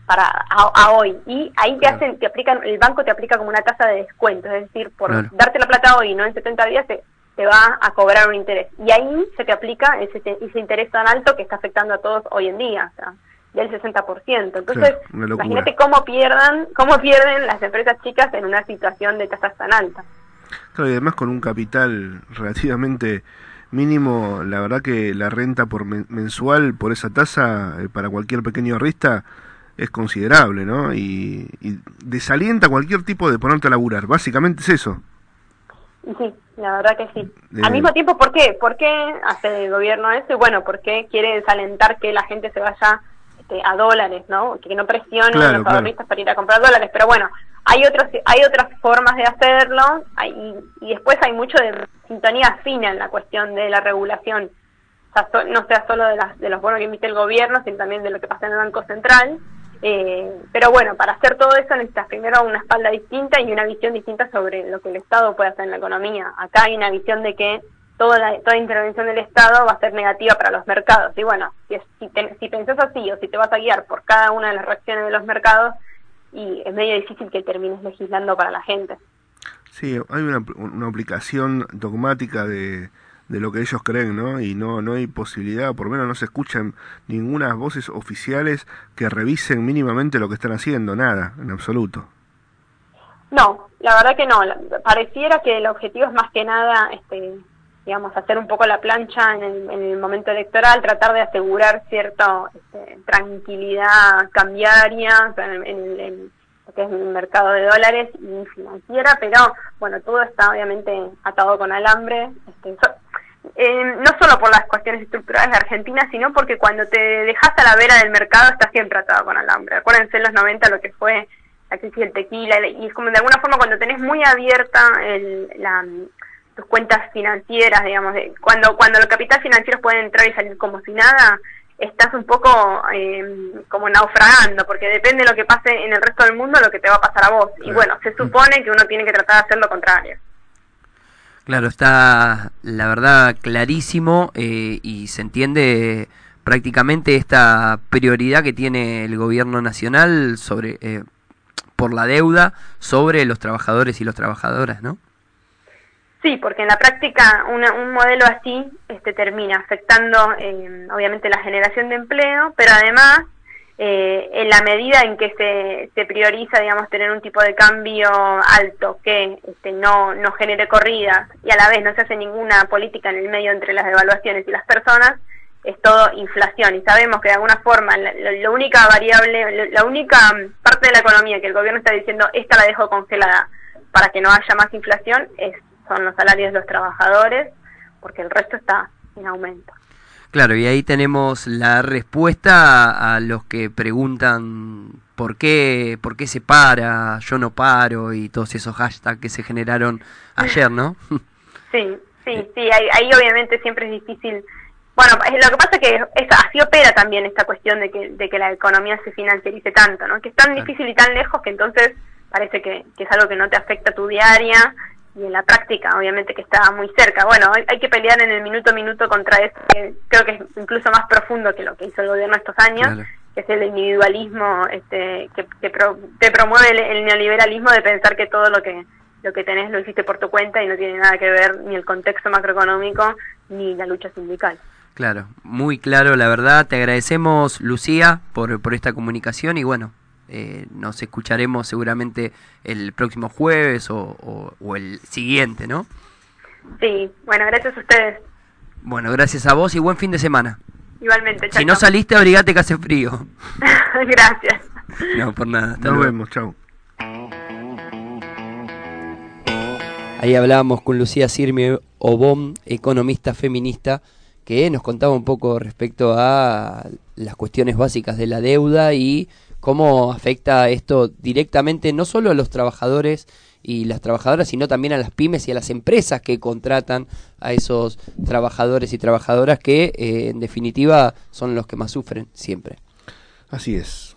a hoy. Y ahí el banco te aplica como una tasa de descuento. Es decir, por darte la plata hoy y no en 70 días te va a cobrar un interés. Y ahí se te aplica ese interés tan alto que está afectando a todos hoy en día. O sea, del 60%. Entonces, imagínate cómo pierden las empresas chicas en una situación de tasas tan altas. Claro, y además con un capital relativamente mínimo, la verdad que la renta por mensual por esa tasa para cualquier pequeño ahorrista es considerable, ¿no? Y desalienta cualquier tipo de ponerte a laburar, básicamente es eso. Sí, la verdad que sí. Al mismo tiempo, ¿por qué? ¿Por qué hace el gobierno eso? Y bueno, ¿por qué quiere desalentar que la gente se vaya a dólares, ¿no? Que no presionen a los ahorristas para ir a comprar dólares. Pero bueno, hay otras formas de hacerlo y después hay mucho de sintonía fina en la cuestión de la regulación. O sea, no sea solo de los bonos que emite el gobierno, sino también de lo que pasa en el Banco Central. Pero bueno, para hacer todo eso necesitas primero una espalda distinta y una visión distinta sobre lo que el Estado puede hacer en la economía. Acá hay una visión de que toda intervención del Estado va a ser negativa para los mercados. Y bueno, si pensás así o si te vas a guiar por cada una de las reacciones de los mercados, y es medio difícil que termines legislando para la gente. Sí, hay una aplicación dogmática de lo que ellos creen, ¿no? Y no hay posibilidad, por lo menos no se escuchan ninguna voces oficiales que revisen mínimamente lo que están haciendo, nada, en absoluto. No, la verdad que no. Pareciera que el objetivo es más que nada, digamos, hacer un poco la plancha en el momento electoral, tratar de asegurar cierta tranquilidad cambiaria en lo que es el mercado de dólares y financiera, pero bueno, todo está obviamente atado con alambre, no solo por las cuestiones estructurales de Argentina, sino porque cuando te dejas a la vera del mercado está siempre atado con alambre. Acuérdense en los 90 lo que fue la crisis del tequila, y es como de alguna forma cuando tenés muy abierta tus cuentas financieras, digamos, cuando los capitales financieros pueden entrar y salir como si nada, estás un poco como naufragando, porque depende de lo que pase en el resto del mundo, lo que te va a pasar a vos. Claro. Y bueno, se supone que uno tiene que tratar de hacer lo contrario. Claro, está la verdad clarísimo y se entiende prácticamente esta prioridad que tiene el gobierno nacional sobre por la deuda sobre los trabajadores y las trabajadoras, ¿no? Sí, porque en la práctica un modelo así termina afectando obviamente la generación de empleo, pero además en la medida en que se prioriza, digamos, tener un tipo de cambio alto que no genere corridas y a la vez no se hace ninguna política en el medio entre las devaluaciones y las personas, es todo inflación. Y sabemos que de alguna forma la única variable, la única parte de la economía que el gobierno está diciendo esta la dejo congelada para que no haya más inflación son los salarios de los trabajadores, porque el resto está en aumento. Claro, y ahí tenemos la respuesta a los que preguntan por qué se para, yo no paro, y todos esos hashtags que se generaron ayer, ¿no? Sí, ahí obviamente siempre es difícil. Bueno, lo que pasa es que así opera también esta cuestión de que la economía se financiarice tanto, ¿no? Que es tan difícil y tan lejos que entonces parece que es algo que no te afecta a tu diaria, y en la práctica obviamente que está muy cerca. Bueno, hay que pelear en el minuto a minuto contra eso, que creo que es incluso más profundo que lo que hizo el gobierno estos años, claro, que es el individualismo que te promueve el neoliberalismo de pensar que todo lo que tenés lo hiciste por tu cuenta y no tiene nada que ver ni el contexto macroeconómico ni la lucha sindical. Claro, muy claro, la verdad. Te agradecemos, Lucía, por esta comunicación, y bueno, nos escucharemos seguramente el próximo jueves o el siguiente, ¿no? Sí, bueno, gracias a ustedes. Bueno, gracias a vos y buen fin de semana. Igualmente, chao. Si no saliste, abrigate que hace frío. Gracias. No, por nada. Nos vemos, chao. Ahí hablábamos con Lucía Sirmi Obón, economista feminista, que nos contaba un poco respecto a las cuestiones básicas de la deuda y cómo afecta esto directamente no solo a los trabajadores y las trabajadoras, sino también a las pymes y a las empresas que contratan a esos trabajadores y trabajadoras que en definitiva son los que más sufren siempre. Así es.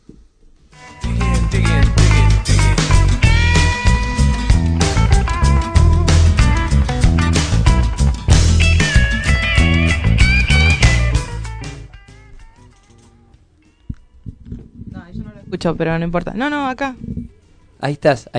Escucho, pero no importa. No, acá. Ahí estás.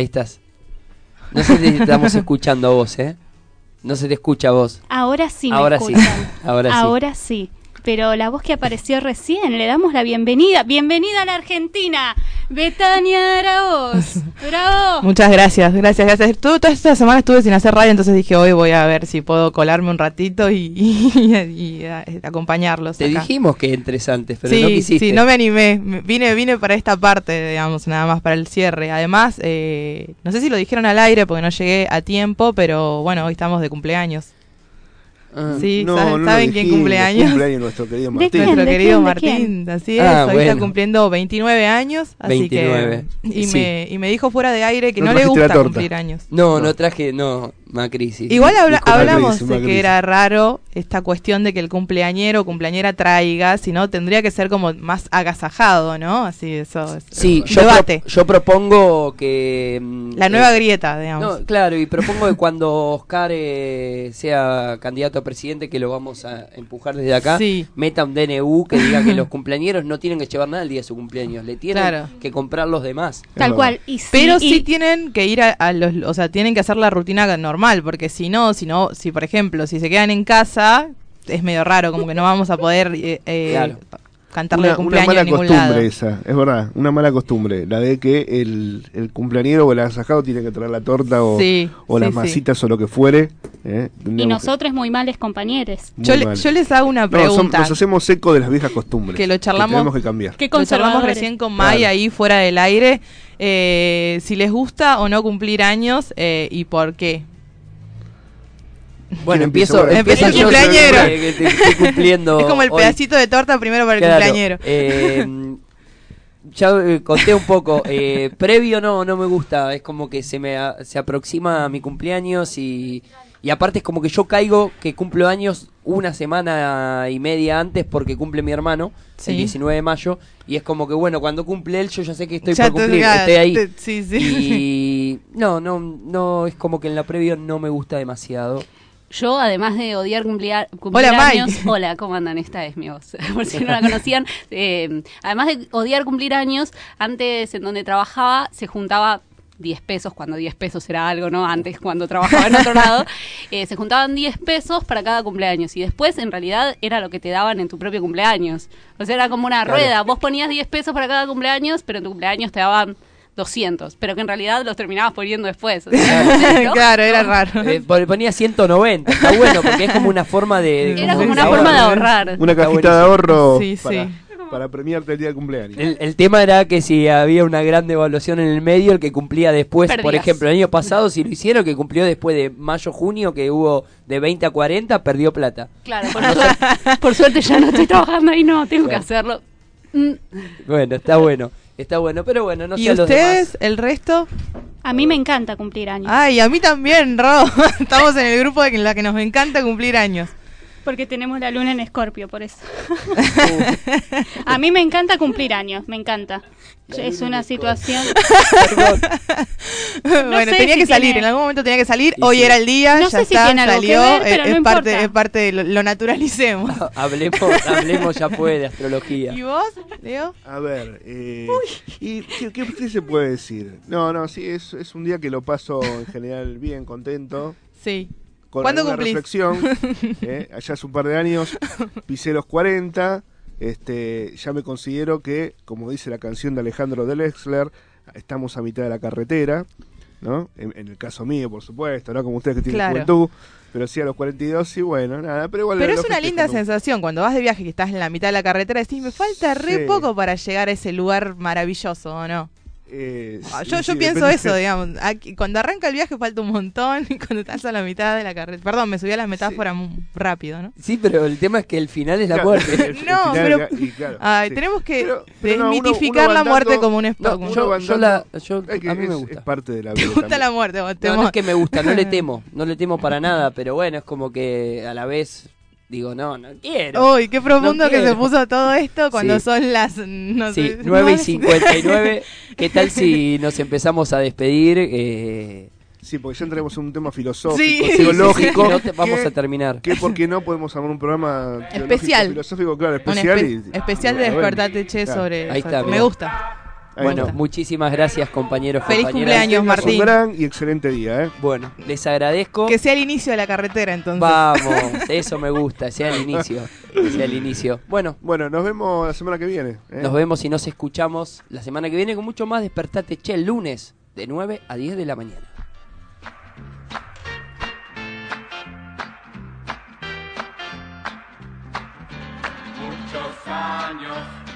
No sé si te estamos escuchando a vos, ¿eh? No se te escucha a vos. Ahora sí Ahora me escuchan. Ahora sí. Pero la voz que apareció recién, le damos la bienvenida. ¡Bienvenida a la Argentina! Betania Araoz. ¡Bravo! Muchas gracias. Toda esta semana estuve sin hacer radio, entonces dije, hoy voy a ver si puedo colarme un ratito y acompañarlos. Te acá. dijimos que entres antes, pero sí, no quisiste. Sí, no me animé. Vine para esta parte, digamos, nada más para el cierre. Además, no sé si lo dijeron al aire porque no llegué a tiempo, pero bueno, hoy estamos de cumpleaños. Sí, ¿saben quién cumple años? Cumpleaños nuestro querido Martín. Nuestro querido Martín, así es, hoy bueno. está cumpliendo 29 años, así 29. que y me dijo fuera de aire que no le gusta cumplir años. No traje, Macri, sí. Igual hablamos de que era raro esta cuestión de que el cumpleañero o cumpleañera traiga, sino tendría que ser como más agasajado, ¿no? Así, eso es sí, debate. Yo propongo que... la nueva grieta, digamos. No, claro, y propongo que cuando Oscar sea candidato a presidente, que lo vamos a empujar desde acá, sí, meta un DNU que diga que los cumpleañeros no tienen que llevar nada el día de su cumpleaños, le tienen que comprar los demás. Tal cual. Pero sí tienen que ir a los, o sea, tienen que hacer la rutina normal, porque si por ejemplo, si se quedan en casa, es medio raro, como que no vamos a poder cantarle el cumpleaños una en ningún mala lado. costumbre esa, es verdad, una mala costumbre, la de que el cumpleañero o el agasajado tiene que traer la torta o las masitas o lo que fuere. Y nosotros muy males compañeros. Yo les hago una pregunta. Nos hacemos eco de las viejas costumbres. Que lo charlamos. Que tenemos que cambiar. Lo charlamos recién con May ahí fuera del aire. Si les gusta o no cumplir años y por qué. Bueno, empiezo el cumpleañero. Que estoy cumpliendo es como el pedacito de torta primero para el cumpleañero. Ya conté un poco. Previo no me gusta. Es como que se aproxima a mi cumpleaños y aparte es como que yo caigo que cumplo años una semana y media antes porque cumple mi hermano, el 19 de mayo, y es como que bueno, cuando cumple él yo ya sé que estoy por cumplir, estoy ahí. Y no, es como que en la previo no me gusta demasiado. Yo, además de odiar cumplir Hola, años... Hola, ¿cómo andan? Esta es mi voz, por si no la conocían. Además de odiar cumplir años, antes en donde trabajaba se juntaba 10 pesos, cuando 10 pesos era algo, ¿no? Antes, cuando trabajaba en otro lado, se juntaban 10 pesos para cada cumpleaños y después, en realidad, era lo que te daban en tu propio cumpleaños. O sea, era como una rueda. Vos ponías 10 pesos para cada cumpleaños, pero en tu cumpleaños te daban 200, pero que en realidad los terminabas poniendo después. O sea, claro, era raro. Ponía 190, está bueno, porque es como una forma de... Era como una forma de ahorrar. Una cajita de ahorro. Sí, sí. para premiarte el día del cumpleaños. El tema era que si había una gran devaluación en el medio, el que cumplía después, Perdías. por ejemplo, el año pasado, si lo hicieron, que cumplió después de mayo-junio, que hubo de 20 a 40, perdió plata. Claro, por suerte ya no estoy trabajando ahí, no, tengo que hacerlo. Bueno, está bueno, pero bueno, no sé. ¿Y ustedes, el resto? A mí me encanta cumplir años. Ay, a mí también, Ro. Estamos en el grupo de la que nos encanta cumplir años. Porque tenemos la luna en Escorpio, por eso. A mí me encanta cumplir años, me encanta. Es una situación... Bueno, tenía que salir, en algún momento tenía que salir. Hoy era el día, no ya sé si está, tiene algo salió. que ver, pero no importa. Es parte de lo naturalicemos. Hablemos ya fue de astrología. ¿Y vos, Leo? A ver, ¿y qué se puede decir? No, sí, es un día que lo paso en general bien, contento. Sí. Con ¿Cuándo alguna cumplís? reflexión. Allá hace un par de años pisé los 40. Ya me considero que, como dice la canción de Alejandro Delexler, estamos a mitad de la carretera, ¿no? En el caso mío, por supuesto, ¿no? Como ustedes que tienen juventud, pero sí a los 42, y bueno, nada, pero igual... Pero es una linda sensación, cuando vas de viaje y estás en la mitad de la carretera, decís, me falta re poco para llegar a ese lugar maravilloso, ¿o no? Yo pienso eso, digamos. Aquí, cuando arranca el viaje falta un montón y cuando estás a la mitad de la carrera. Perdón, me subí a las metáforas muy rápido, ¿no? Sí, pero el tema es que el final es la muerte. No, pero tenemos que desmitificar la muerte como un espectáculo. A mí me gusta. Es parte de la vida. ¿Te gusta la muerte? No es que me gusta, no le temo para nada, pero bueno, es como que a la vez... Digo, no quiero. Uy, qué profundo que se puso todo esto cuando son las... No sí, sé, 9:59. ¿Qué tal si nos empezamos a despedir? Sí, porque ya entremos en un tema filosófico, sí, psicológico. Sí, no vamos a terminar. Porque no podemos armar un programa especial, filosófico, claro, especial. Especial de Despertate Che sobre... Ahí está, me gusta. Bueno, muchísimas gracias, compañeros. Feliz cumpleaños, Martín. Un gran y excelente día, Bueno, les agradezco. Que sea el inicio de la carretera, entonces. Vamos, eso me gusta, sea el inicio. Bueno, nos vemos la semana que viene. Nos vemos y nos escuchamos la semana que viene con mucho más Despertate Che, el lunes, de 9 a 10 de la mañana. Muchos años